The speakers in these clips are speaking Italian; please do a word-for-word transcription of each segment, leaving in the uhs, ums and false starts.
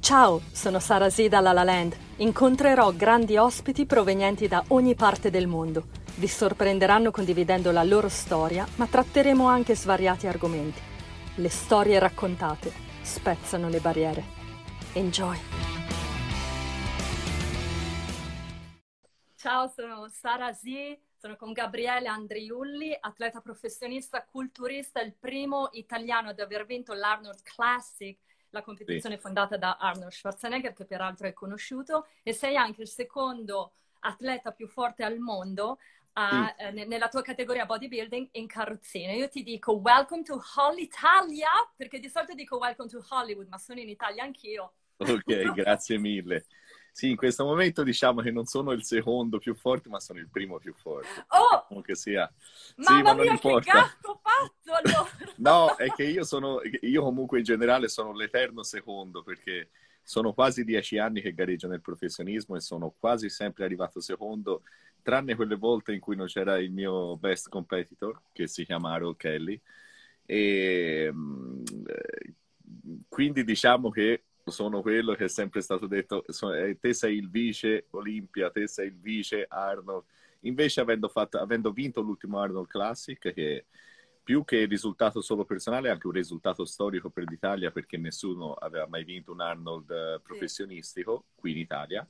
Ciao, sono Sara Z da La La Land. Incontrerò grandi ospiti provenienti da ogni parte del mondo. Vi sorprenderanno condividendo la loro storia, ma tratteremo anche svariati argomenti. Le storie raccontate spezzano le barriere. Enjoy! Ciao, sono Sara Z, sono con Gabriele Andriulli, atleta professionista culturista, il primo italiano ad aver vinto l'Arnold Classic, la competizione Sì. fondata da Arnold Schwarzenegger, che peraltro è conosciuto, e sei anche il secondo atleta più forte al mondo a, Sì. eh, nella tua categoria bodybuilding in carrozzina. Io ti dico welcome to Hall Italia, perché di solito dico welcome to Hollywood, ma sono in Italia anch'io. Ok, grazie mille. Sì, in questo momento diciamo che non sono il secondo più forte, ma sono il primo più forte. Oh! Comunque sia. Sì, ma Mamma non mia, che importa. gatto ho fatto allora! No, è che io sono, io comunque in generale sono l'eterno secondo, perché sono quasi dieci anni che gareggio nel professionismo e sono quasi sempre arrivato secondo, tranne quelle volte in cui non c'era il mio best competitor, che si chiama Harold Kelly. E mm, eh, quindi diciamo che sono quello che è sempre stato detto, so- eh, te sei il vice Olimpia, te sei il vice Arnold. Invece, avendo, fatto, avendo vinto l'ultimo Arnold Classic, che più che il risultato solo personale, è anche un risultato storico per l'Italia, perché nessuno aveva mai vinto un Arnold eh, Sì. professionistico qui in Italia.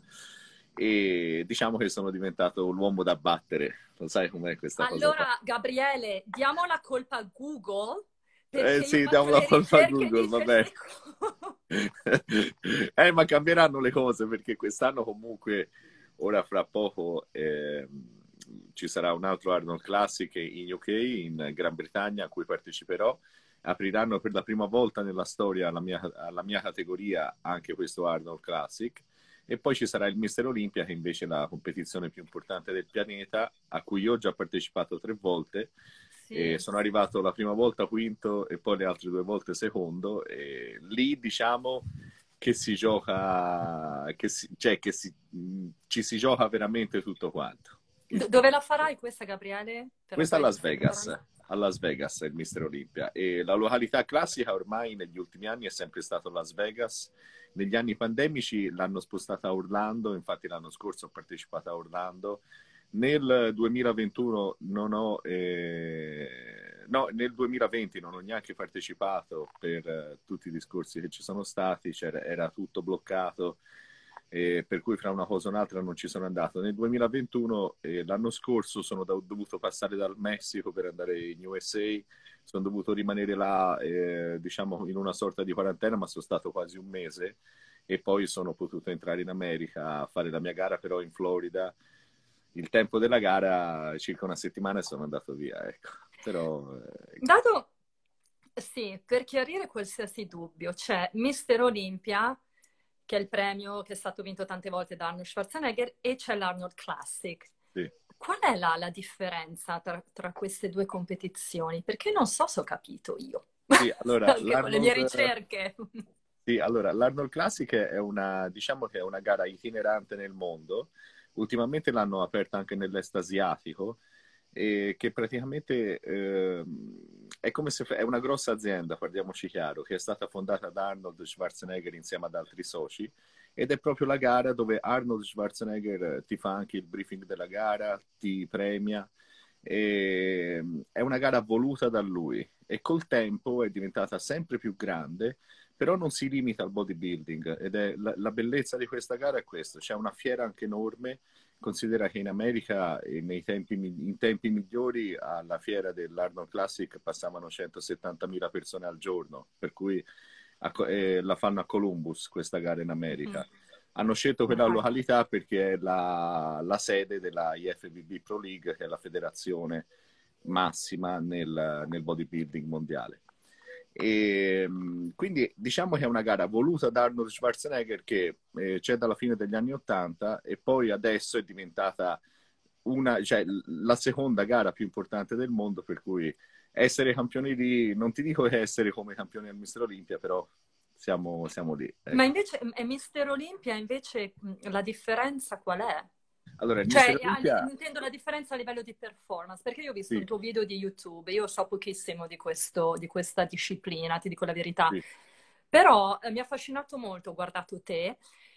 E diciamo che sono diventato l'uomo da battere. Lo sai com'è questa cosa qua? Allora, Gabriele, diamo la colpa a Google, Eh perché io sì, diamo faccio la le colpa a ricerche e Google, dice il vabbè. secondo. Eh, ma cambieranno le cose, perché quest'anno comunque, ora fra poco, ehm, ci sarà un altro Arnold Classic in U K, in Gran Bretagna, a cui parteciperò. Apriranno per la prima volta nella storia alla mia, alla mia categoria anche questo Arnold Classic. E poi ci sarà il Mister Olympia, che invece è la competizione più importante del pianeta, a cui io ho già partecipato tre volte. E Sì. sono arrivato la prima volta quinto e poi le altre due volte secondo. E lì diciamo che si gioca, che si, cioè che si, mh, ci si gioca veramente tutto quanto. Do- dove la farai questa, Gabriele? Per Questa a poi Las giusto Vegas, prepararmi. a Las Vegas è il Mister Olympia, e la località classica ormai negli ultimi anni è sempre stato Las Vegas. Negli anni pandemici l'hanno spostata a Orlando, infatti l'anno scorso ho partecipato a Orlando. Nel duemilaventuno non ho, eh, no, nel duemilaventi non ho neanche partecipato per eh, tutti i discorsi che ci sono stati, c'era, era tutto bloccato, eh, per cui fra una cosa e un'altra non ci sono andato. Nel duemilaventuno, eh, l'anno scorso, sono da- dovuto passare dal Messico per andare in U S A, sono dovuto rimanere là, eh, diciamo, in una sorta di quarantena, ma sono stato quasi un mese e poi sono potuto entrare in America a fare la mia gara, però in Florida. Il tempo della gara, circa una settimana, e sono andato via, ecco. Però, eh, Dato, sì, per chiarire qualsiasi dubbio, c'è Mister Olympia, che è il premio che è stato vinto tante volte da Arnold Schwarzenegger, e c'è l'Arnold Classic. sì. Qual è la, la differenza tra, tra queste due competizioni? Perché non so se ho capito io, Sì, allora, anche con le mie l'Arnold, ricerche. sì, allora, l'Arnold Classic è una, diciamo che è una gara itinerante nel mondo. Ultimamente l'hanno aperta anche nell'est asiatico, e che praticamente ehm, è come se è una grossa azienda, parliamoci chiaro, che è stata fondata da Arnold Schwarzenegger insieme ad altri soci, ed è proprio la gara dove Arnold Schwarzenegger ti fa anche il briefing della gara, ti premia. E, è una gara voluta da lui e col tempo è diventata sempre più grande, però non si limita al bodybuilding, ed è la, la bellezza di questa gara è questo: c'è una fiera anche enorme. Considera che in America, eh, nei tempi, in tempi migliori, alla fiera dell'Arnold Classic passavano centosettantamila persone al giorno, per cui a, eh, la fanno a Columbus questa gara in Mhm. America. Hanno scelto quella Ok. località perché è la, la sede della I F B B Pro League, che è la federazione massima nel, nel bodybuilding mondiale. E, quindi diciamo che è una gara voluta da Arnold Schwarzenegger, che eh, c'è dalla fine degli anni Ottanta, e poi adesso è diventata una, cioè, la seconda gara più importante del mondo, per cui essere campioni di, non ti dico che essere come campioni al Mister Olympia, però siamo, siamo lì, Ma ecco. invece, e Mister Olympia, invece, mh, la differenza qual è? Allora, il Mister Cioè, a- Olympia, intendo la differenza a livello di performance, perché io ho visto un sì, tuo video di YouTube, io so pochissimo di questo, di questa disciplina, ti dico la verità. sì. Però eh, mi ha affascinato molto, ho guardato te,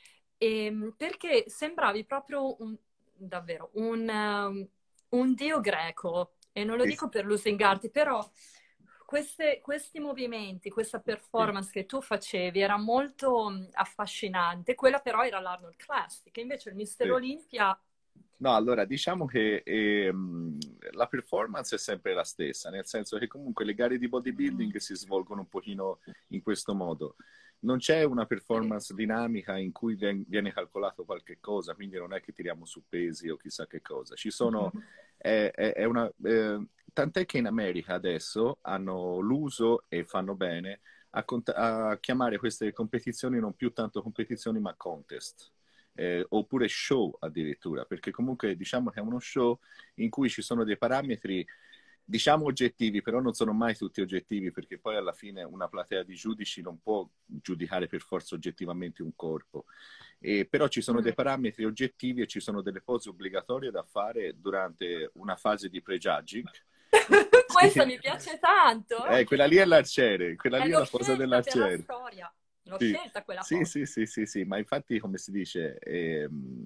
ehm, perché sembravi proprio un, davvero un, um, un dio greco. E non lo Sì, dico per lusingarti, però queste- questi movimenti, questa sì. performance che tu facevi era molto mh, affascinante. Quella però era l'Arnold Classic, invece il Mister Sì. Olympia... No, allora diciamo che ehm, la performance è sempre la stessa, nel senso che comunque le gare di Mm, bodybuilding si svolgono un pochino in questo modo. Non c'è una sì. performance dinamica in cui vien- viene calcolato qualche cosa, quindi non è che tiriamo su pesi o chissà che cosa. Ci sono, Mhm. è, è- è una, eh, tant'è che in America adesso hanno l'uso e fanno bene a, cont- a chiamare queste competizioni non più tanto competizioni ma contest eh, oppure show addirittura, perché comunque diciamo che è uno show in cui ci sono dei parametri, diciamo oggettivi, però non sono mai tutti oggettivi, perché poi alla fine una platea di giudici non può giudicare per forza oggettivamente un corpo. E, però ci sono dei Mm. parametri oggettivi e ci sono delle pose obbligatorie da fare durante una fase di prejudging. Questa mi piace tanto, Eh, anche quella lì è perché l'arciere, quella eh, lì è l'ho la posa scelta per la dell'arciere. storia. L'ho Sì, scelta quella sì, cosa. sì, sì, sì, sì, ma infatti, come si dice, ehm,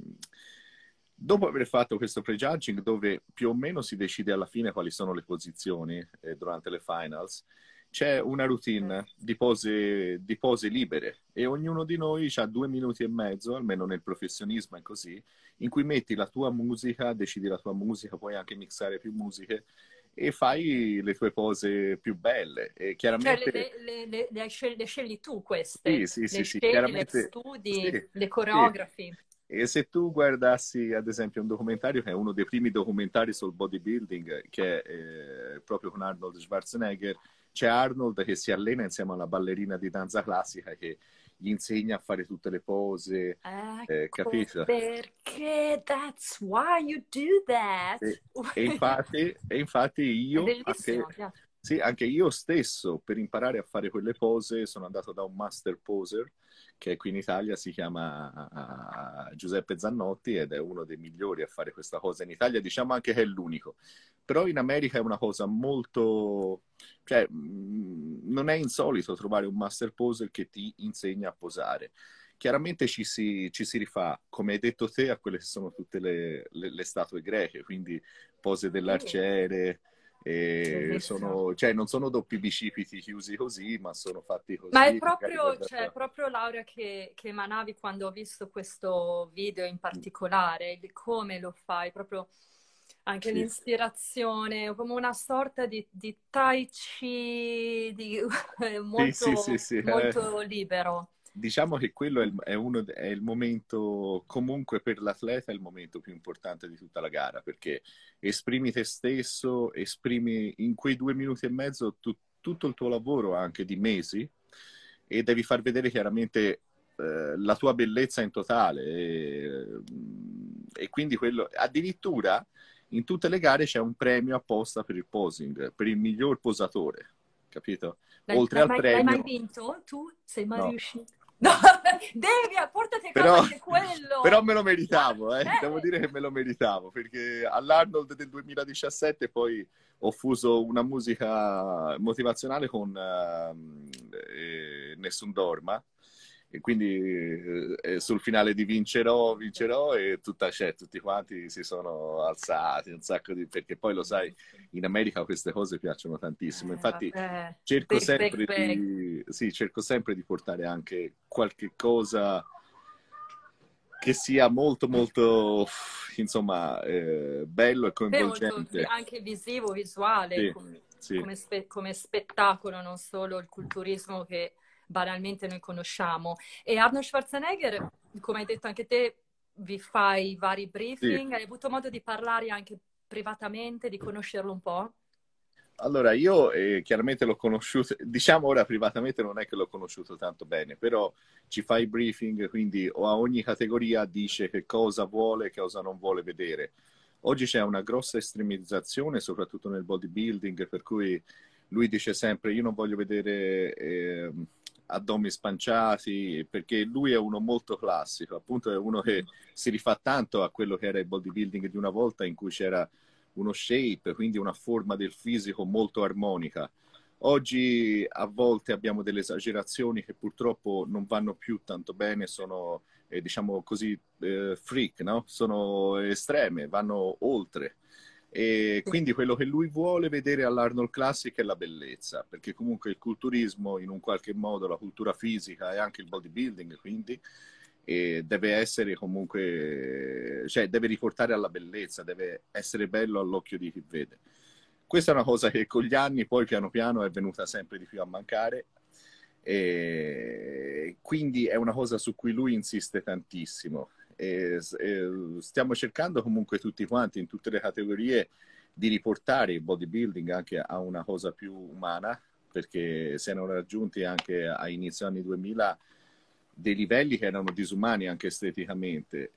dopo aver fatto questo prejudging, dove più o meno si decide alla fine quali sono le posizioni eh, durante le finals, c'è una routine di pose, di pose libere e ognuno di noi ha due minuti e mezzo, almeno nel professionismo è così, in cui metti la tua musica, decidi la tua musica, puoi anche mixare più musiche e fai le tue pose più belle. E Cioè, le, chiaramente, le- le- le- le hai scel- le scegli tu sì, queste, sì, le sì, sì, scegli, le chiaramente, studi, sì, le sì. coreografi. E se tu guardassi, ad esempio, un documentario che è uno dei primi documentari sul bodybuilding, che è eh, proprio con Arnold Schwarzenegger, c'è Arnold che si allena insieme alla ballerina di danza classica che gli insegna a fare tutte le pose, eh, Ecco capito? perché, that's why you do that. E, e infatti, e infatti È io, bellissimo, anche, mi piace. sì, anche io stesso, per imparare a fare quelle pose, sono andato da un master poser, che qui in Italia si chiama ah, Giuseppe Zannotti ed è uno dei migliori a fare questa cosa in Italia, diciamo anche che è l'unico. Però in America è una cosa molto... cioè, mh, non è insolito trovare un master poser che ti insegna a posare. Chiaramente ci si, ci si rifà, come hai detto te, a quelle che sono tutte le, le, le statue greche, quindi pose Sì, dell'arciere, e bellissimo. sono, cioè non sono doppi bicipiti chiusi così, ma sono fatti Ma è così, magari proprio, cioè, è guardando... proprio Laura che, che emanavi quando ho visto questo video in particolare, di come lo fai, proprio anche Sì. l'ispirazione, come una sorta di, di tai chi di- Sì, sì, sì, molto, sì. eh. molto libero. Diciamo che quello è il, è uno, è il momento, comunque per l'atleta, è il momento più importante di tutta la gara, perché esprimi te stesso, esprimi in quei due minuti e mezzo tu- tutto il tuo lavoro anche di mesi e devi far vedere chiaramente eh, la tua bellezza in totale. E, e quindi quello, addirittura in tutte le gare c'è un premio apposta per il posing, per il miglior posatore, capito? L'hai Oltre l'hai al mai, l'hai mai premio, vinto? Tu sei mai no. riuscito? No, devi, portati a casa Però, anche però quello. me lo Guarda, meritavo, eh. Devo eh, dire che me lo meritavo, perché all'Arnold del duemiladiciassette poi ho fuso una musica motivazionale con ehm, eh, Nessun Dorma, e quindi eh, sul finale di Vincerò, vincerò, e tutta, cioè, tutti quanti si sono alzati, un sacco di... perché poi lo sai, in America queste cose piacciono tantissimo. Eh, Infatti vabbè, cerco big, big, sempre big. di, sì, cerco sempre di portare anche qualche cosa che sia molto molto insomma eh, bello e Beh, molto vi- coinvolgente. anche visivo, visuale, Sì, com- sì, come, spe- come spettacolo, non solo il culturismo che banalmente noi conosciamo. E Arnold Schwarzenegger, come hai detto anche te, vi fai vari sì. briefing, hai avuto modo di parlare anche privatamente, di conoscerlo un po'? Allora, io eh, chiaramente l'ho conosciuto, diciamo ora privatamente non è che l'ho conosciuto tanto bene, però ci fa i briefing, quindi o a ogni categoria dice che cosa vuole e cosa non vuole vedere. Oggi c'è una grossa estremizzazione, soprattutto nel bodybuilding, per cui lui dice sempre io non voglio vedere eh, addomi spanciati, perché lui è uno molto classico, appunto è uno che si rifà tanto a quello che era il bodybuilding di una volta in cui c'era uno shape, quindi una forma del fisico molto armonica. Oggi a volte abbiamo delle esagerazioni che purtroppo non vanno più tanto bene, sono eh, diciamo così eh, freak, no? Sono estreme, vanno oltre. E Sì. quindi quello che lui vuole vedere all'Arnold Classic è la bellezza, perché comunque il culturismo, in un qualche modo, la cultura fisica e anche il bodybuilding, quindi, e deve essere comunque, cioè deve riportare alla bellezza, deve essere bello all'occhio di chi vede. Questa è una cosa che con gli anni poi piano piano è venuta sempre di più a mancare e quindi è una cosa su cui lui insiste tantissimo. E, e stiamo cercando comunque tutti quanti in tutte le categorie di riportare il bodybuilding anche a una cosa più umana, perché si erano raggiunti anche a inizio anni duemila dei livelli che erano disumani anche esteticamente.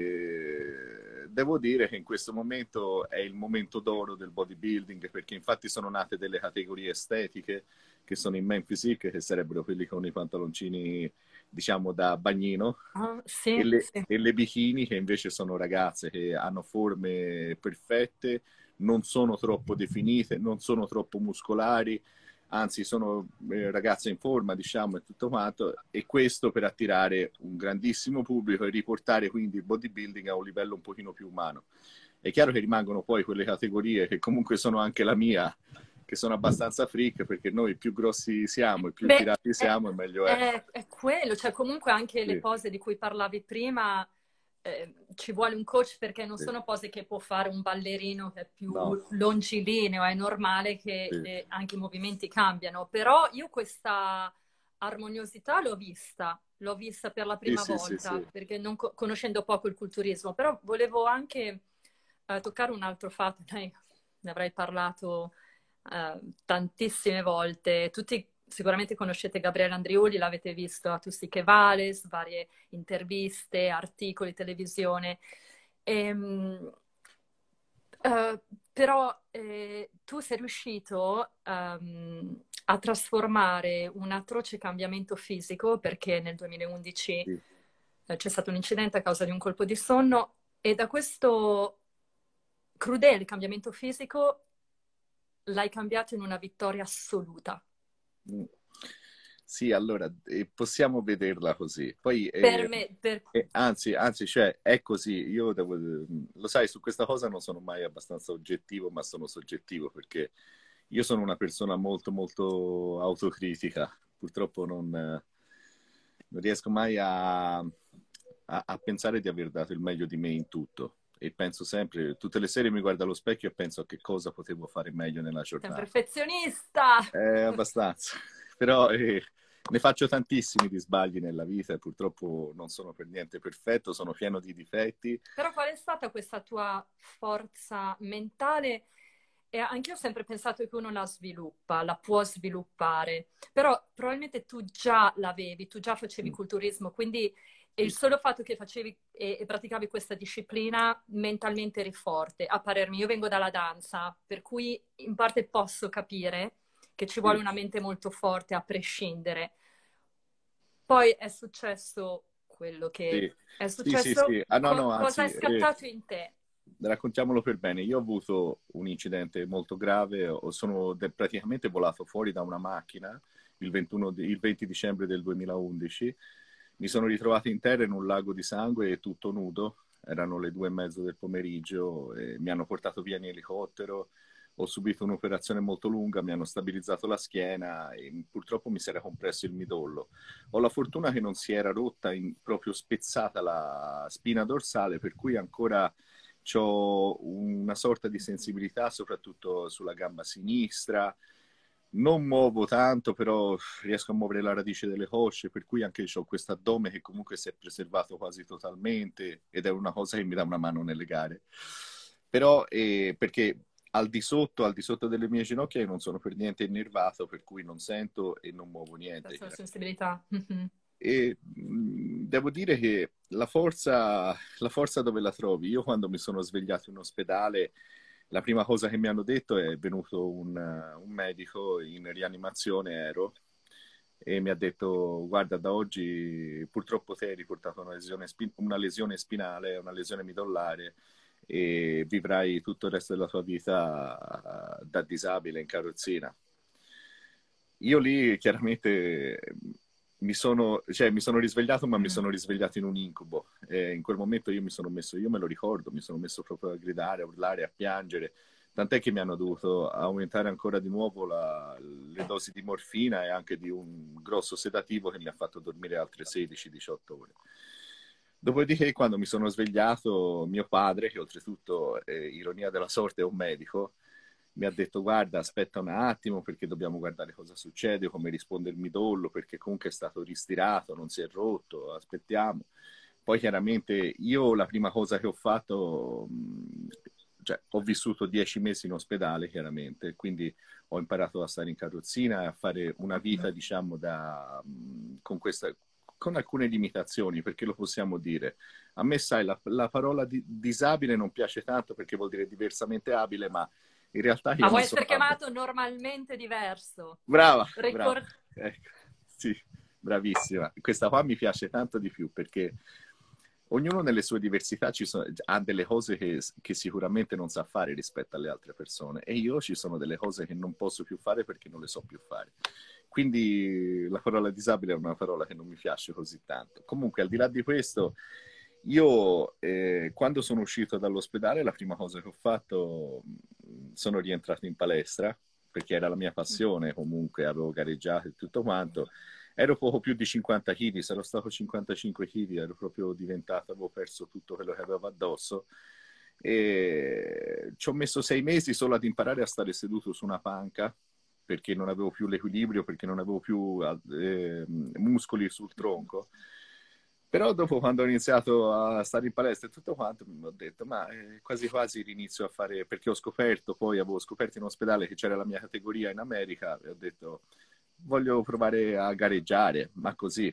E devo dire che in questo momento è il momento d'oro del bodybuilding, perché infatti sono nate delle categorie estetiche che sono in main physique, che sarebbero quelli con i pantaloncini diciamo da bagnino, Ah, e sì, le, sì. e le bikini che invece sono ragazze che hanno forme perfette, non sono troppo definite, non sono troppo muscolari, anzi sono eh, ragazze in forma, diciamo, e tutto quanto, e questo per attirare un grandissimo pubblico e riportare quindi il bodybuilding a un livello un pochino più umano. È chiaro che rimangono poi quelle categorie che comunque sono anche la mia, che sono abbastanza freak, perché noi più grossi siamo e più Beh, tirati è, siamo, e meglio è. è- è quello, cioè comunque anche le Sì, pose di cui parlavi prima, eh, ci vuole un coach perché non sì. sono pose che può fare un ballerino che è più No, longilineo, è normale che sì. eh, anche i movimenti cambiano, però io questa armoniosità l'ho vista, l'ho vista per la Sì, prima sì, sì, volta, sì. perché non co- conoscendo poco il culturismo, però volevo anche eh, toccare un altro fatto, dai, ne avrei parlato eh, tantissime volte. Tutti sicuramente conoscete Gabriele Andriuli, l'avete visto a Tutti che Vales, varie interviste, articoli, televisione. Ehm, eh, però eh, tu sei riuscito ehm, a trasformare un atroce cambiamento fisico perché nel duemilaundici Sì. eh, c'è stato un incidente a causa di un colpo di sonno e da questo crudele cambiamento fisico l'hai cambiato in una vittoria assoluta. Mm. Sì, allora eh, possiamo vederla così. Poi, Per eh, me, per... eh, anzi, anzi, cioè, è così. Io devo, lo sai, su questa cosa non sono mai abbastanza oggettivo, ma sono soggettivo perché io sono una persona molto, molto autocritica. Purtroppo non, eh, non riesco mai a, a, a pensare di aver dato il meglio di me in tutto. E penso sempre, tutte le sere mi guardo allo specchio e penso a che cosa potevo fare meglio nella sei un giornata. perfezionista! Eh, abbastanza. Però eh, ne faccio tantissimi di sbagli nella vita e purtroppo non sono per niente perfetto, sono pieno di difetti. Però qual è stata questa tua forza mentale? E anche io ho sempre pensato che uno la sviluppa, la può sviluppare, però probabilmente tu già l'avevi, tu già facevi Mm, culturismo, quindi il sì, solo fatto che facevi e, e praticavi questa disciplina mentalmente eri forte. A parermi, io vengo dalla danza, per cui in parte posso capire che ci vuole sì, una mente molto forte a prescindere. Poi è successo quello che sì, è sì, sì, successo. sì. Ah, no, Co- no, cosa è anzi, eh, scattato in te? raccontiamolo per bene. Io ho avuto un incidente molto grave, ho- sono de- praticamente volato fuori da una macchina il ventuno di- il venti dicembre del duemilaundici. Mi sono ritrovato in terra in un lago di sangue e tutto nudo. Erano le due e mezzo del pomeriggio e mi hanno portato via in elicottero. Ho subito un'operazione molto lunga, mi hanno stabilizzato la schiena e purtroppo mi si era compresso il midollo. Ho la fortuna che non si era rotta, in- proprio spezzata la spina dorsale, per cui ancora ho una sorta di sensibilità, soprattutto sulla gamba sinistra. Non muovo tanto, però riesco a muovere la radice delle cosce, per cui anche ho questo addome che comunque si è preservato quasi totalmente ed è una cosa che mi dà una mano nelle gare. Però eh, perché al di sotto, al di sotto delle mie ginocchia io non sono per niente innervato, per cui non sento e non muovo niente. Questa sensibilità. Mhm. E mh, devo dire che la forza, la forza dove la trovi? Io quando mi sono svegliato in ospedale, la prima cosa che mi hanno detto è venuto un, uh, un medico in rianimazione, ero, e mi ha detto, guarda, da oggi purtroppo te hai riportato una lesione, spi- una lesione spinale, una lesione midollare e vivrai tutto il resto della tua vita uh, da disabile in carrozzina. io lì chiaramente mi sono, cioè, mi sono risvegliato, ma mi Mm. sono risvegliato in un incubo. E in quel momento io mi sono messo, io me lo ricordo, mi sono messo proprio a gridare, a urlare, a piangere. Tant'è che mi hanno dovuto aumentare ancora di nuovo la- le dosi di morfina e anche di un grosso sedativo che mi ha fatto dormire altre sedici diciotto ore. Dopodiché, quando mi sono svegliato, mio padre, che oltretutto, eh, ironia della sorte, è un medico, mi ha detto: guarda, aspetta un attimo perché dobbiamo guardare cosa succede, come risponde il midollo, perché comunque è stato ristirato, non si è rotto, aspettiamo. Poi chiaramente io la prima cosa che ho fatto, mh, cioè ho vissuto dieci mesi in ospedale chiaramente, quindi ho imparato a stare in carrozzina e a fare una vita, diciamo, da, mh, con questa, con alcune limitazioni, perché lo possiamo dire. A me, sai, la, la parola di, disabile non piace tanto perché vuol dire diversamente abile, ma in realtà Ma io non vuoi sono essere abile. chiamato normalmente diverso? Brava, brava. Ricor- Ecco, sì, bravissima. Questa qua mi piace tanto di più perché ognuno nelle sue diversità ci sono, ha delle cose che, che sicuramente non sa fare rispetto alle altre persone e io ci sono delle cose che non posso più fare perché non le so più fare. Quindi la parola disabile è una parola che non mi piace così tanto. Comunque, al di là di questo, io eh, quando sono uscito dall'ospedale, la prima cosa che ho fatto, mh, sono rientrato in palestra perché era la mia passione, comunque avevo gareggiato e tutto quanto. Ero poco più di cinquanta chili, sarò stato cinquantacinque chili, ero proprio diventato, avevo perso tutto quello che avevo addosso e ci ho messo sei mesi solo ad imparare a stare seduto su una panca perché non avevo più l'equilibrio, perché non avevo più eh, muscoli sul tronco. Però dopo, quando ho iniziato a stare in palestra e tutto quanto, mi ho detto, ma eh, quasi quasi rinizio a fare, perché ho scoperto, poi avevo scoperto in ospedale che c'era la mia categoria in America e ho detto, voglio provare a gareggiare, ma così.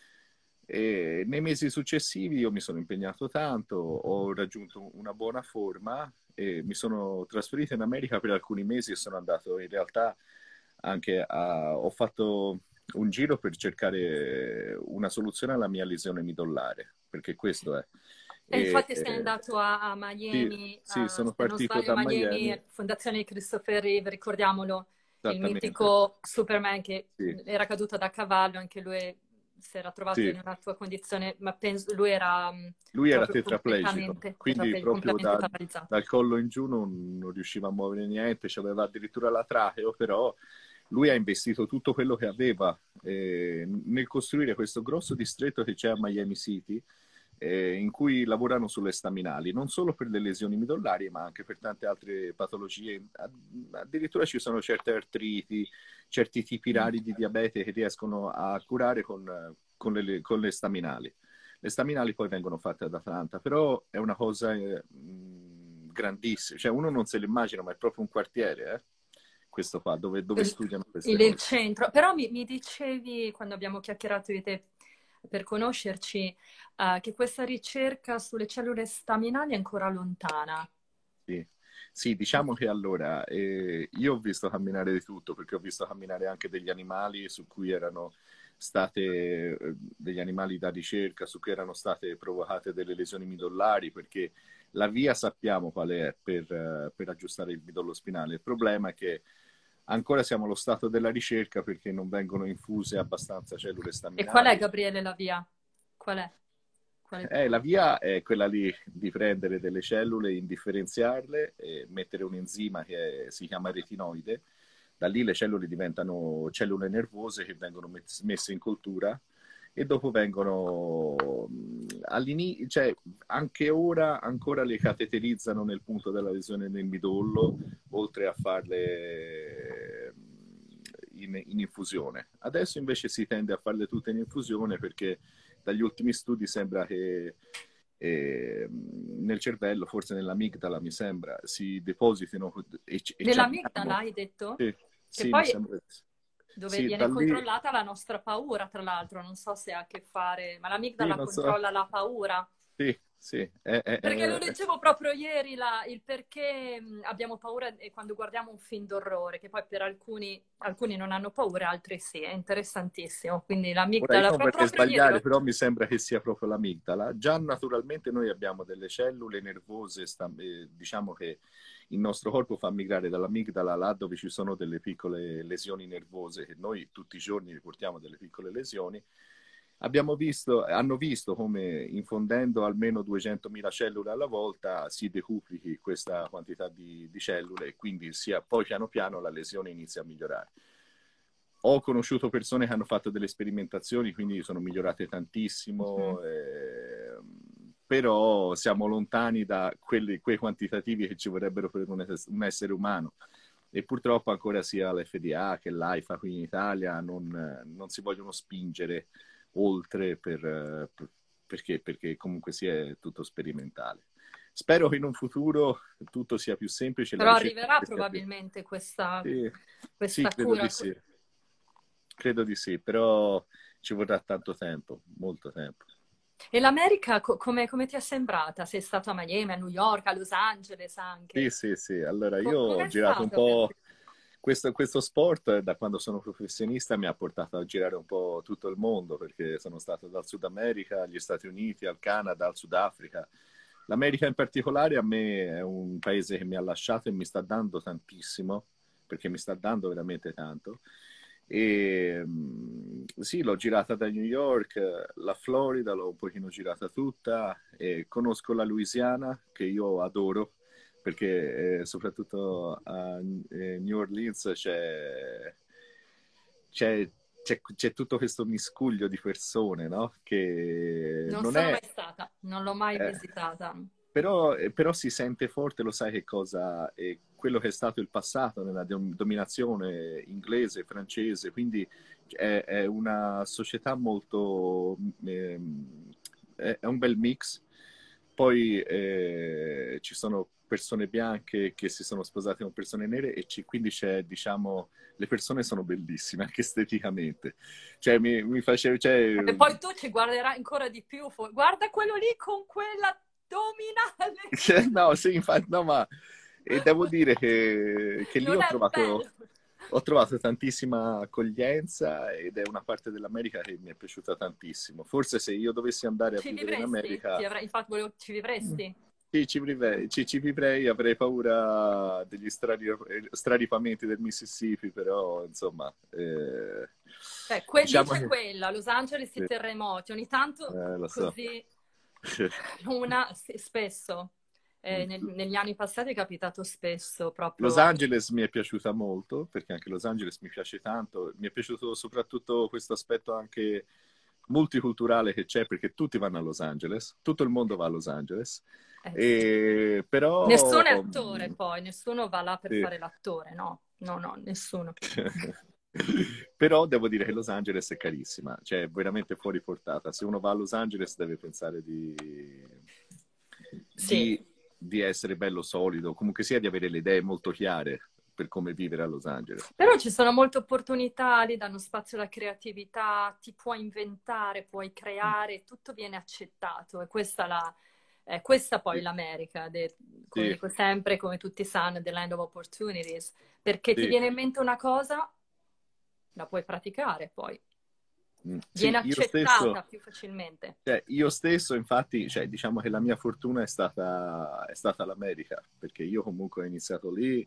E nei mesi successivi io mi sono impegnato tanto, ho raggiunto una buona forma e mi sono trasferito in America per alcuni mesi e sono andato in realtà anche a... ho fatto un giro per cercare una soluzione alla mia lesione midollare, perché questo è. E E, infatti sei eh, andato a, a sì, Miami, sì, a- sono se non partito sbaglio, da Miami, Miami, Fondazione di Christopher Reeve, ricordiamolo, il esattamente, mitico Superman che sì, era caduto da cavallo, anche lui si era trovato sì. in una tua condizione, ma penso lui era mh, Lui era proprio tetraplegico, completamente, quindi tetraple- proprio completamente da- paralizzato. dal collo in giù non, non riusciva a muovere niente, aveva addirittura la tracheo, però lui ha investito tutto quello che aveva eh, nel costruire questo grosso distretto che c'è a Miami City, eh, in cui lavorano sulle staminali, non solo per le lesioni midollari, ma anche per tante altre patologie. Addirittura ci sono certe artriti, certi tipi Mm. rari di diabete che riescono a curare con, con le, con le staminali. Le staminali poi vengono fatte ad Atlanta, però è una cosa eh, grandissima, cioè uno non se lo immagina, ma è proprio un quartiere, eh? Questo qua, dove, dove Il, studiano queste il- il cose. centro, però mi, mi dicevi quando abbiamo chiacchierato di te per conoscerci, eh, che questa ricerca sulle cellule staminali è ancora lontana. Sì. Sì, diciamo che allora eh, io ho visto camminare di tutto, perché ho visto camminare anche degli animali su cui erano state, eh, degli animali da ricerca, su cui erano state provocate delle lesioni midollari, perché la via sappiamo qual è per, eh, per aggiustare il midollo spinale. Il problema è che ancora siamo allo stato della ricerca perché non vengono infuse abbastanza cellule E qual è, staminali. Gabriele, la via? Qual è? Qual è? Eh, la via è quella lì di prendere delle cellule, indifferenziarle, e mettere un enzima che è- si chiama retinoide. Da lì le cellule diventano cellule nervose che vengono met- messe in coltura e dopo vengono all'inizio, cioè anche ora ancora le cateterizzano nel punto della lesione nel midollo, oltre a farle in, in infusione. Adesso invece si tende a farle tutte in infusione perché dagli ultimi studi sembra che eh, nel cervello, forse nell'amigdala, mi sembra, si depositino e, e ci Nell'amigdala, abbiamo. hai detto? Sì, Che sì, mi poi sembra. dove Sì, viene da lì. controllata la nostra paura, tra l'altro, non so se ha a che fare, ma Sì, l'amigdala non so. controlla la paura. Sì, sì. È, è, Perché lo è... leggevo proprio ieri, la- il perché mh, abbiamo paura e quando guardiamo un film d'orrore, che poi per alcuni, alcuni non hanno paura, altri sì, è interessantissimo. Quindi Ora, io l'amigdala, non pro- vorrei proprio ieri sbagliare, l'ho... però mi sembra che sia proprio l'amigdala. Già naturalmente noi abbiamo delle cellule nervose, sta- eh, diciamo che, il nostro corpo fa migrare dall'amigdala là dove ci sono delle piccole lesioni nervose, che noi tutti i giorni riportiamo delle piccole lesioni. Abbiamo visto, hanno visto come infondendo almeno duecentomila cellule alla volta si decuplichi questa quantità di, di cellule e quindi sia, poi piano piano la lesione inizia a migliorare. Ho conosciuto persone che hanno fatto delle sperimentazioni, quindi sono migliorate tantissimo, mm-hmm. eh, però siamo lontani da quelli, quei quantitativi che ci vorrebbero per un, un essere umano. E purtroppo ancora sia l'F D A che l'AIFA qui in Italia non, non si vogliono spingere oltre per, per, perché, perché comunque sia è tutto sperimentale. Spero che in un futuro tutto sia più semplice. Però arriverà probabilmente più... questa, sì, questa sì, credo cura. Di sì. Credo di sì, però ci vorrà tanto tempo, molto tempo. E l'America co- come, come ti è sembrata? Sei stato a Miami, a New York, a Los Angeles anche? Sì, sì, sì. Allora io Co- ho girato un po'... Per... Questo, questo sport, da quando sono professionista, mi ha portato a girare un po' tutto il mondo, perché sono stato dal Sud America agli Stati Uniti, al Canada, al Sudafrica. L'America in particolare a me è un paese che mi ha lasciato e mi sta dando tantissimo, perché mi sta dando veramente tanto. E sì, l'ho girata da New York, la Florida l'ho un pochino girata tutta, e conosco la Louisiana, che io adoro, perché eh, soprattutto a eh, New Orleans c'è, c'è, c'è, c'è tutto questo miscuglio di persone, no? Che non, non sono è, mai stata, non l'ho mai eh, visitata. Però, eh, però si sente forte, lo sai che cosa è quello che è stato il passato nella dom- dominazione inglese, francese, quindi è, è una società molto... ehm, è, è un bel mix. Poi eh, ci sono persone bianche che si sono sposate con persone nere e ci, quindi c'è, diciamo, le persone sono bellissime anche esteticamente. Cioè, mi, mi faceva... Cioè... E poi tu ci guarderai ancora di più. Guarda quello lì con quella addominale. No, sì, infatti, no, ma e devo dire che, che lì Non ho è trovato, bello. ho trovato tantissima accoglienza ed è una parte dell'America che mi è piaciuta tantissimo. Forse se io dovessi andare a Ci vivere in vivresti? America... Ti avrei, infatti, volevo, ci vivresti? Sì, ci vivrei, ci, ci vivrei, avrei paura degli strari, straripamenti del Mississippi, però insomma... Eh, Beh, que- diciamo dice che... quella, Los Angeles i Sì, terremoti, ogni tanto eh, lo so. così, una, sì, spesso, eh, nel- negli anni passati è capitato spesso Los proprio... Angeles mi è piaciuta molto, perché anche Los Angeles mi piace tanto. Mi è piaciuto soprattutto questo aspetto anche multiculturale che c'è, perché tutti vanno a Los Angeles, tutto il mondo va a Los Angeles. Eh, sì. E però... Nessuno è attore poi, nessuno va là per Sì. fare l'attore, no, no, no, nessuno. Però devo dire che Los Angeles è carissima, cioè è veramente fuori portata. Se uno va a Los Angeles deve pensare di... Sì. di di essere bello solido, comunque sia di avere le idee molto chiare per come vivere a Los Angeles. Però ci sono molte opportunità, lì danno spazio alla creatività, ti puoi inventare, puoi creare, tutto viene accettato e questa, la, eh, questa poi Sì. l'America, de, come Sì. dico sempre, come tutti sanno, the land of opportunities, perché Sì. ti viene in mente una cosa, la puoi praticare poi. Mm. Viene Sì, io accettata stesso, più facilmente. cioè, io stesso infatti, cioè, diciamo che la mia fortuna è stata, è stata l'America, perché io comunque ho iniziato lì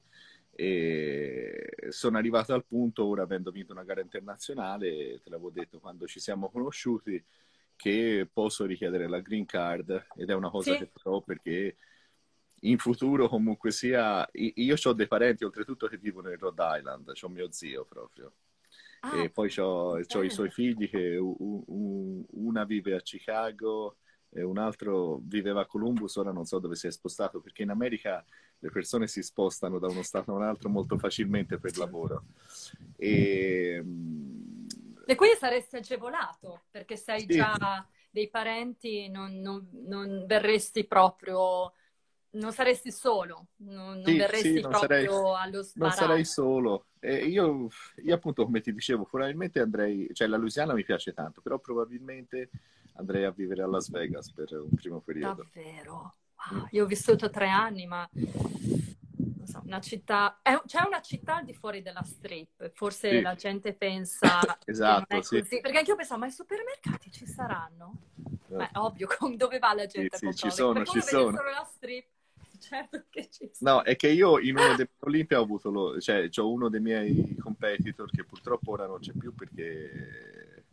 e sono arrivato al punto, ora avendo vinto una gara internazionale, te l'avevo detto quando ci siamo conosciuti, che posso richiedere la green card ed è una cosa Sì. che farò perché in futuro comunque sia... Io ho dei parenti oltretutto che vivono in Rhode Island, c'ho mio zio proprio. Ah, E poi c'ho, c'ho i bello. suoi figli che u- u- una vive a Chicago e un altro viveva a Columbus, ora non so dove si è spostato, perché in America le persone si spostano da uno stato a un altro molto facilmente per lavoro. E, E quindi saresti agevolato, perché se hai sì, già dei parenti, non, non- non verresti proprio, non saresti solo, non, non sì, sì, verresti non sarei, proprio allo non sarei sbaraglio. solo. E io, io appunto, come ti dicevo, probabilmente andrei, cioè la Louisiana mi piace tanto, però probabilmente andrei a vivere a Las Vegas per un primo periodo. Davvero? Mm. Wow, io ho vissuto tre anni, ma non so, una città, è- c'è una città al di fuori della strip, forse Sì. la gente pensa che non Esatto, è sì. così, perché anche io pensavo, ma i supermercati ci saranno? Eh. Ma è ovvio, con- dove va la Sì, gente a sì, ci comprare? sono, Perché ci uno vede sono. solo la strip, certo che ci sta. No, è che io in uno dei Olimpi ho avuto lo, cioè, c'ho uno dei miei competitor che purtroppo ora non c'è più perché,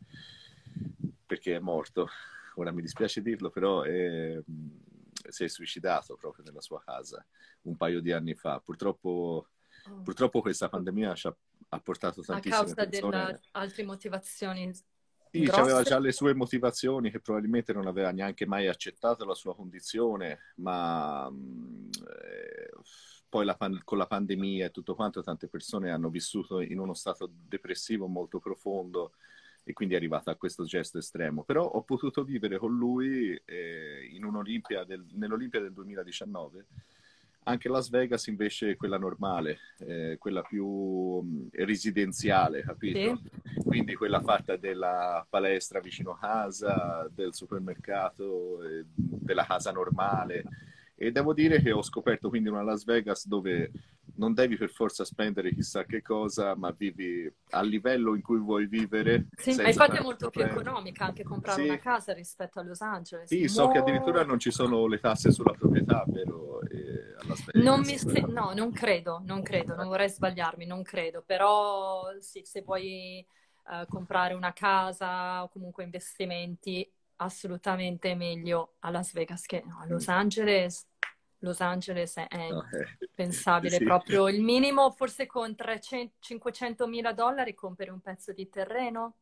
perché è morto. Ora mi dispiace dirlo, però è, si è suicidato proprio nella sua casa un paio di anni fa. Purtroppo, Oh. purtroppo questa pandemia ci ha, ha portato A tantissime causa di persone. altre motivazioni Sì, aveva grosse? già le sue motivazioni che probabilmente non aveva neanche mai accettato la sua condizione, ma mh, eh, poi la pan- con la pandemia e tutto quanto tante persone hanno vissuto in uno stato depressivo molto profondo e quindi è arrivata a questo gesto estremo. Però ho potuto vivere con lui eh, in un'Olimpia del- nell'Olimpia del duemiladiciannove. Anche Las Vegas invece è quella normale, eh, quella più mh, residenziale, Sì. capito? Quindi quella fatta della palestra vicino casa, del supermercato, eh, della casa normale. E devo dire che ho scoperto quindi una Las Vegas dove non devi per forza spendere chissà che cosa, ma vivi al livello in cui vuoi vivere Sì, ma senza infatti è tanti molto più problemi. economica anche comprare una Sì, casa rispetto a Los Angeles. sì, so che addirittura Mo... non ci sono le tasse sulla proprietà, vero, eh, a Las Non Vegas. mi se- no, non credo, non credo, non vorrei sbagliarmi, non credo, però sì, se vuoi eh, comprare una casa o comunque investimenti, assolutamente meglio a Las Vegas che no, a Los Angeles. Los Angeles è è No, eh, impensabile, sì. proprio il minimo, forse con trecento cinquecento mila dollari compri un pezzo di terreno.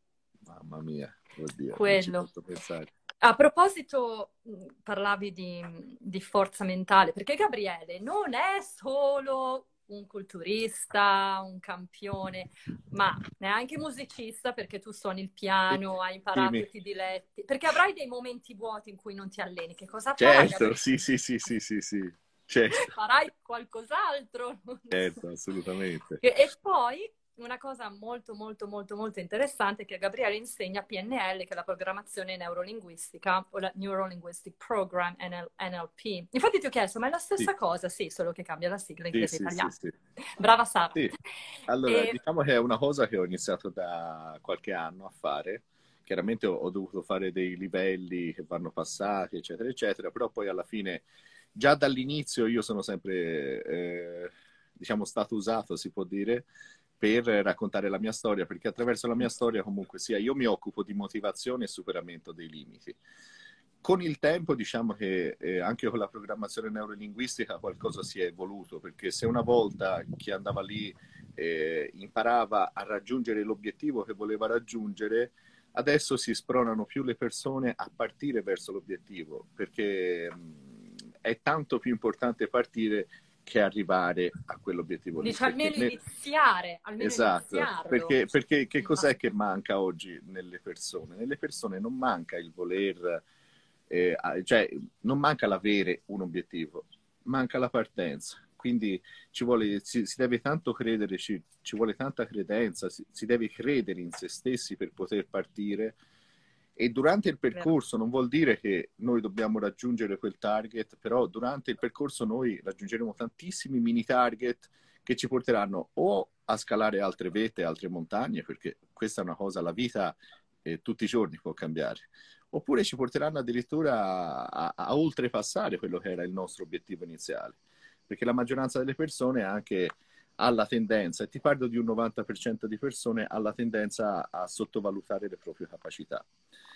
Mamma mia, oddio, non ci Quello. posso pensare. A proposito, mh, parlavi di, di forza mentale, perché Gabriele non è solo un culturista, un campione, ma è anche musicista perché tu suoni il Sì, piano, hai sì, imparato mi- e ti diletti, perché avrai dei momenti vuoti in cui non ti alleni. Che cosa farà certo, Gabriele? sì, sì, sì, sì, sì, sì, certo, Farai qualcos'altro? Non so. certo, assolutamente. E, e poi una cosa molto molto molto molto interessante è che Gabriele insegna P N L, che è la programmazione neurolinguistica, o la Neuro Linguistic Program, N L N L P. Infatti ti ho chiesto, ma è la Sì, stessa cosa? Sì, solo che cambia la sigla sì, inglese e sì, sì, italiana. sì. Brava Sara. Sì. Allora, E, diciamo che è una cosa che ho iniziato da qualche anno a fare. Chiaramente ho, ho dovuto fare dei livelli che vanno passati, eccetera, eccetera, però poi alla fine, già dall'inizio io sono sempre, eh, diciamo, stato usato, si può dire, per raccontare la mia storia, perché attraverso la mia storia comunque sia, io mi occupo di motivazione e superamento dei limiti. Con il tempo, diciamo che eh, anche con la programmazione neurolinguistica qualcosa si è evoluto, perché se una volta chi andava lì eh, imparava a raggiungere l'obiettivo che voleva raggiungere, adesso si spronano più le persone a partire verso l'obiettivo, perché mh, è tanto più importante partire che arrivare a quell'obiettivo lì. dice Perché almeno ne- iniziare, almeno Esatto, iniziarlo. perché, perché che Ma- cos'è che manca oggi nelle persone? Nelle persone non manca il voler, eh, cioè non manca l'avere un obiettivo, manca la partenza. Quindi ci vuole, si, si deve tanto credere, ci, ci vuole tanta credenza, si, si deve credere in se stessi per poter partire. E durante il Vero. percorso non vuol dire che noi dobbiamo raggiungere quel target, però durante il percorso noi raggiungeremo tantissimi mini target che ci porteranno o a scalare altre vette, altre montagne, perché questa è una cosa, la vita eh, tutti i giorni può cambiare, oppure ci porteranno addirittura a, a, a oltrepassare quello che era il nostro obiettivo iniziale, perché la maggioranza delle persone anche ha la tendenza, e ti parlo di un novanta per cento di persone, ha la tendenza a sottovalutare le proprie capacità.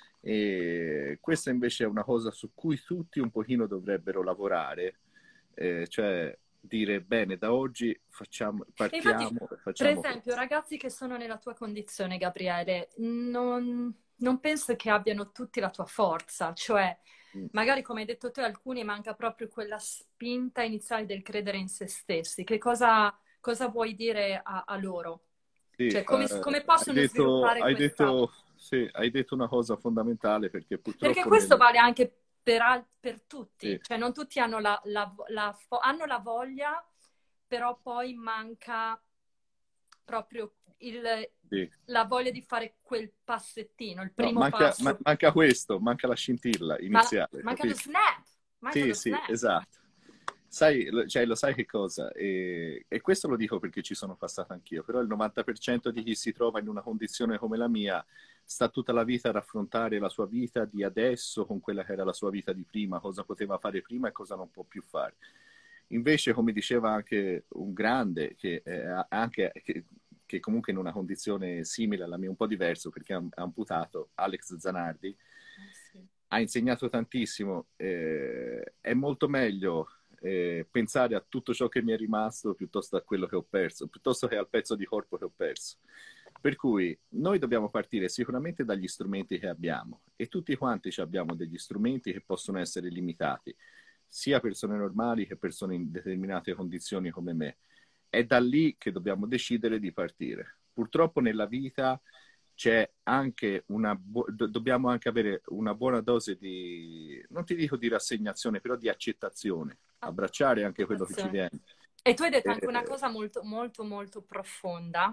E questa invece è una cosa su cui tutti un pochino dovrebbero lavorare, eh, cioè dire bene, da oggi facciamo, E infatti, partiamo e per facciamo esempio, questo. ragazzi che sono nella tua condizione, Gabriele, non, non penso che abbiano tutti la tua forza, cioè Mm. magari come hai detto te, alcuni manca proprio quella spinta iniziale del credere in se stessi. Che cosa, cosa vuoi dire a, a loro? Sì, Cioè, come, eh, come hai possono detto, sviluppare hai questa... detto, sì, hai detto una cosa fondamentale perché Perché purtroppo questo nel, vale anche per, al- per tutti, sì, cioè non tutti hanno la, la- la fo- hanno la voglia, però poi manca proprio il- sì. la voglia di fare quel passettino, il No, primo manca, ma- passo. manca questo, manca la scintilla Ma iniziale, manca lo capito? snap, manca Sì, lo sì, snap. esatto. Sai, lo- cioè, lo sai che cosa? E, e questo lo dico perché ci sono passato anch'io, però il novanta per cento di chi si trova in una condizione come la mia sta tutta la vita a raffrontare la sua vita di adesso con quella che era la sua vita di prima, cosa poteva fare prima e cosa non può più fare. Invece, come diceva anche un grande, che, eh, anche, che, che comunque in una condizione simile alla mia, un po' diverso perché ha amputato, Alex Zanardi, Eh sì. ha insegnato tantissimo. Eh, è molto meglio eh, pensare a tutto ciò che mi è rimasto piuttosto a quello che ho perso, piuttosto che al pezzo di corpo che ho perso. Per cui noi dobbiamo partire sicuramente dagli strumenti che abbiamo e tutti quanti abbiamo degli strumenti che possono essere limitati, sia persone normali che persone in determinate condizioni come me. È da lì che dobbiamo decidere di partire. Purtroppo nella vita c'è anche una bu- do- dobbiamo anche avere una buona dose di, non ti dico di rassegnazione, però di accettazione, abbracciare anche quello che ci Attenzione. viene. E tu hai detto anche una Eh, cosa molto, molto, molto profonda,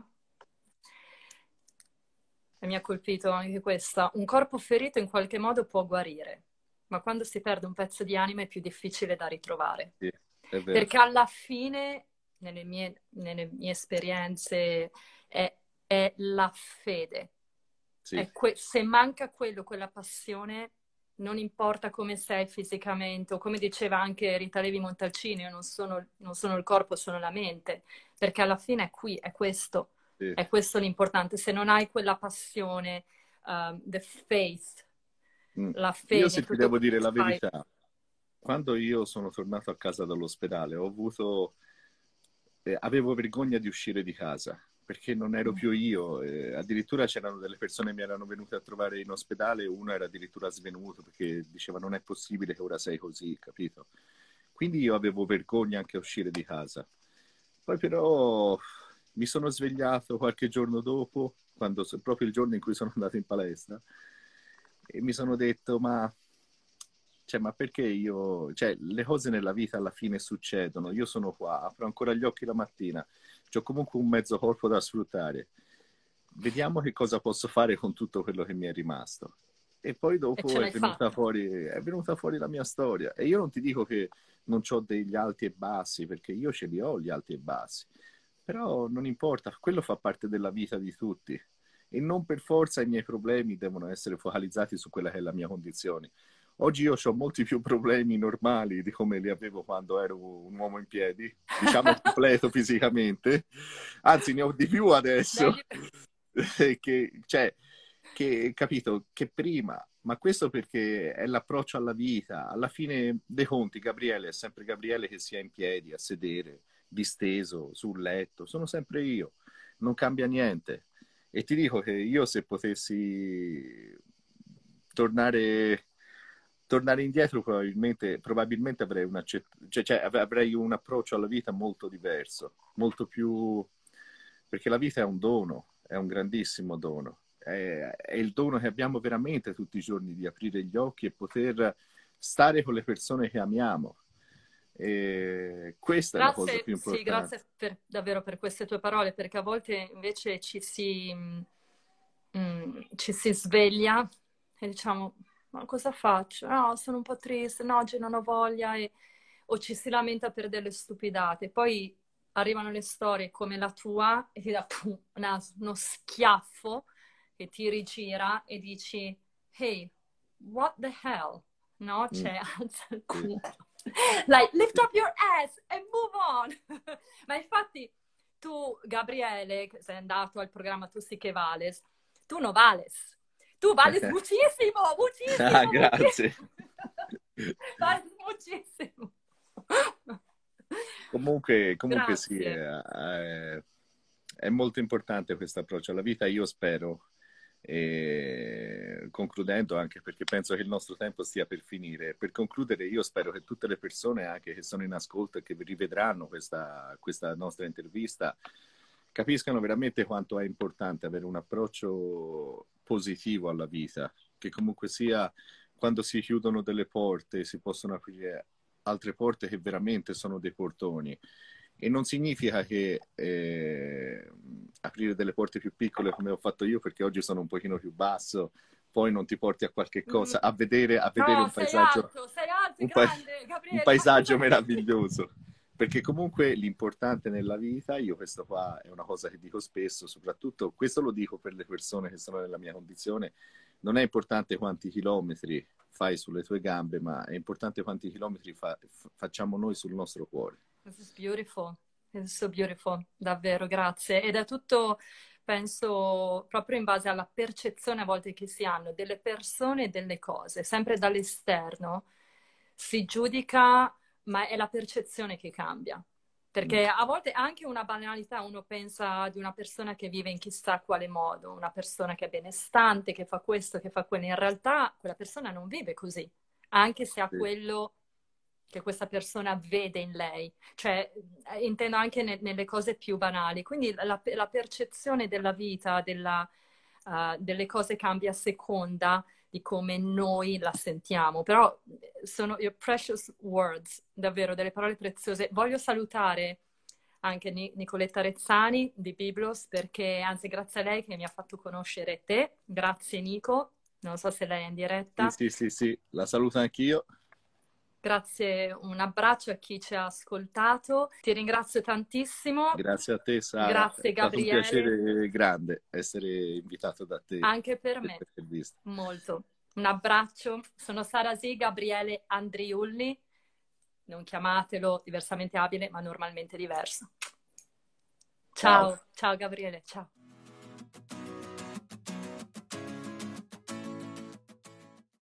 e mi ha colpito anche questa. Un corpo ferito in qualche modo può guarire, ma quando si perde un pezzo di anima è più difficile da ritrovare. sì, è vero. Perché alla fine, nelle mie, nelle mie esperienze, è, è la fede. Sì, È que- se manca quello, quella passione, non importa come sei fisicamente, o come diceva anche Rita Levi Montalcini, io non sono, non sono il corpo, sono la mente, perché alla fine è qui, è questo, sì. è questo l'importante. Se non hai quella passione, um, the faith, Mm. la Io fede se in ti tutto devo quello dire che la fai. verità, quando io sono tornato a casa dall'ospedale, ho avuto, eh, avevo vergogna di uscire di casa perché non ero Mm. più io. Eh, addirittura c'erano delle persone che mi erano venute a trovare in ospedale, uno era addirittura svenuto perché diceva non è possibile che ora sei così, capito? Quindi io avevo vergogna anche a uscire di casa. Poi però mi sono svegliato qualche giorno dopo, quando, proprio il giorno in cui sono andato in palestra, e mi sono detto, ma, cioè, ma perché io... Cioè, le cose nella vita alla fine succedono, io sono qua, apro ancora gli occhi la mattina, ho comunque un mezzo corpo da sfruttare. Vediamo che cosa posso fare con tutto quello che mi è rimasto. E poi E ce dopo è l'hai venuta fatta. fuori, è venuta fuori la mia storia. E io non ti dico che non ho degli alti e bassi, perché io ce li ho gli alti e bassi. Però non importa, quello fa parte della vita di tutti. E non per forza i miei problemi devono essere focalizzati su quella che è la mia condizione. Oggi io ho molti più problemi normali di come li avevo quando ero un uomo in piedi, diciamo completo fisicamente, anzi ne ho di più adesso, Dai, che, cioè, che, capito, che prima, ma questo perché è l'approccio alla vita. Alla fine dei conti, Gabriele è sempre Gabriele che sia in piedi, a sedere, disteso, sul letto, sono sempre io, non cambia niente. E ti dico che io se potessi tornare, tornare indietro probabilmente, probabilmente avrei, un accett- cioè, cioè, avrei un approccio alla vita molto diverso, molto più... perché la vita è un dono, è un grandissimo dono. È, è il dono che abbiamo veramente tutti i giorni di aprire gli occhi e poter stare con le persone che amiamo. E questa è la cosa grazie, più sì, importante. grazie per- davvero per queste tue parole, perché a volte invece ci si, mm, ci si sveglia e diciamo, ma cosa faccio? No, sono un po' triste, no, oggi non ho voglia, e- o ci si lamenta per delle stupidate. Poi arrivano le storie come la tua e ti dà pum, una- uno schiaffo che ti rigira e dici, hey, what the hell? No, Mm, cioè, alza il sì, culo. Like, lift sì. up your ass and move on. Ma infatti tu, Gabriele, che sei andato al programma Tu sì che vales, tu no vales. Tu vales muchísimo, Ah, muchísimo, grazie. muchísimo. Vales muchísimo. Comunque, comunque sì, Grazie. è, è- è molto importante questo approccio alla vita. Io spero, e concludendo, anche perché penso che il nostro tempo stia per finire, per concludere, io spero che tutte le persone anche che sono in ascolto e che rivedranno questa, questa nostra intervista capiscano veramente quanto è importante avere un approccio positivo alla vita, che comunque sia quando si chiudono delle porte si possono aprire altre porte che veramente sono dei portoni. E non significa che eh, aprire delle porte più piccole come ho fatto io, perché oggi sono un pochino più basso, poi non ti porti a qualche Mm. cosa, a vedere, a vedere No, un sei paesaggio, alto, sei alto e un, pa- grande, un Gabriele, ma cosa paesaggio dici? meraviglioso. Perché comunque l'importante nella vita, io questo qua è una cosa che dico spesso, soprattutto questo lo dico per le persone che sono nella mia condizione, non è importante quanti chilometri fai sulle tue gambe, ma è importante quanti chilometri fa- facciamo noi sul nostro cuore. This is beautiful. This is so beautiful. Davvero, grazie. Ed è tutto, penso, proprio in base alla percezione a volte che si hanno delle persone e delle cose. Sempre dall'esterno si giudica, ma è la percezione che cambia. Mm. Perché a volte anche una banalità, uno pensa di una persona che vive in chissà quale modo, una persona che è benestante, che fa questo, che fa quello. In realtà quella persona non vive così, anche se ha Sì, quello che questa persona vede in lei. Cioè, eh, intendo anche ne- nelle cose più banali. Quindi la, la percezione della vita, della, uh, delle cose cambia a seconda di come noi la sentiamo. Però eh, sono your precious words, davvero delle parole preziose. Voglio salutare anche Ni- Nicoletta Rezzani di Biblos, perché anzi grazie a lei che mi ha fatto conoscere te. Grazie Nico, non so se lei è in sì, diretta. sì, sì, sì. La saluto anch'io. Grazie, un abbraccio a chi ci ha ascoltato. Ti ringrazio tantissimo. Grazie a te, Sara. È Grazie stato un Gabriele, piacere grande essere invitato da te anche per per me. questa intervista. Molto. Un abbraccio. Sono Sara Sì, Gabriele Andriulli. Non chiamatelo diversamente abile, ma normalmente diverso. Ciao. Ciao, ciao Gabriele, ciao.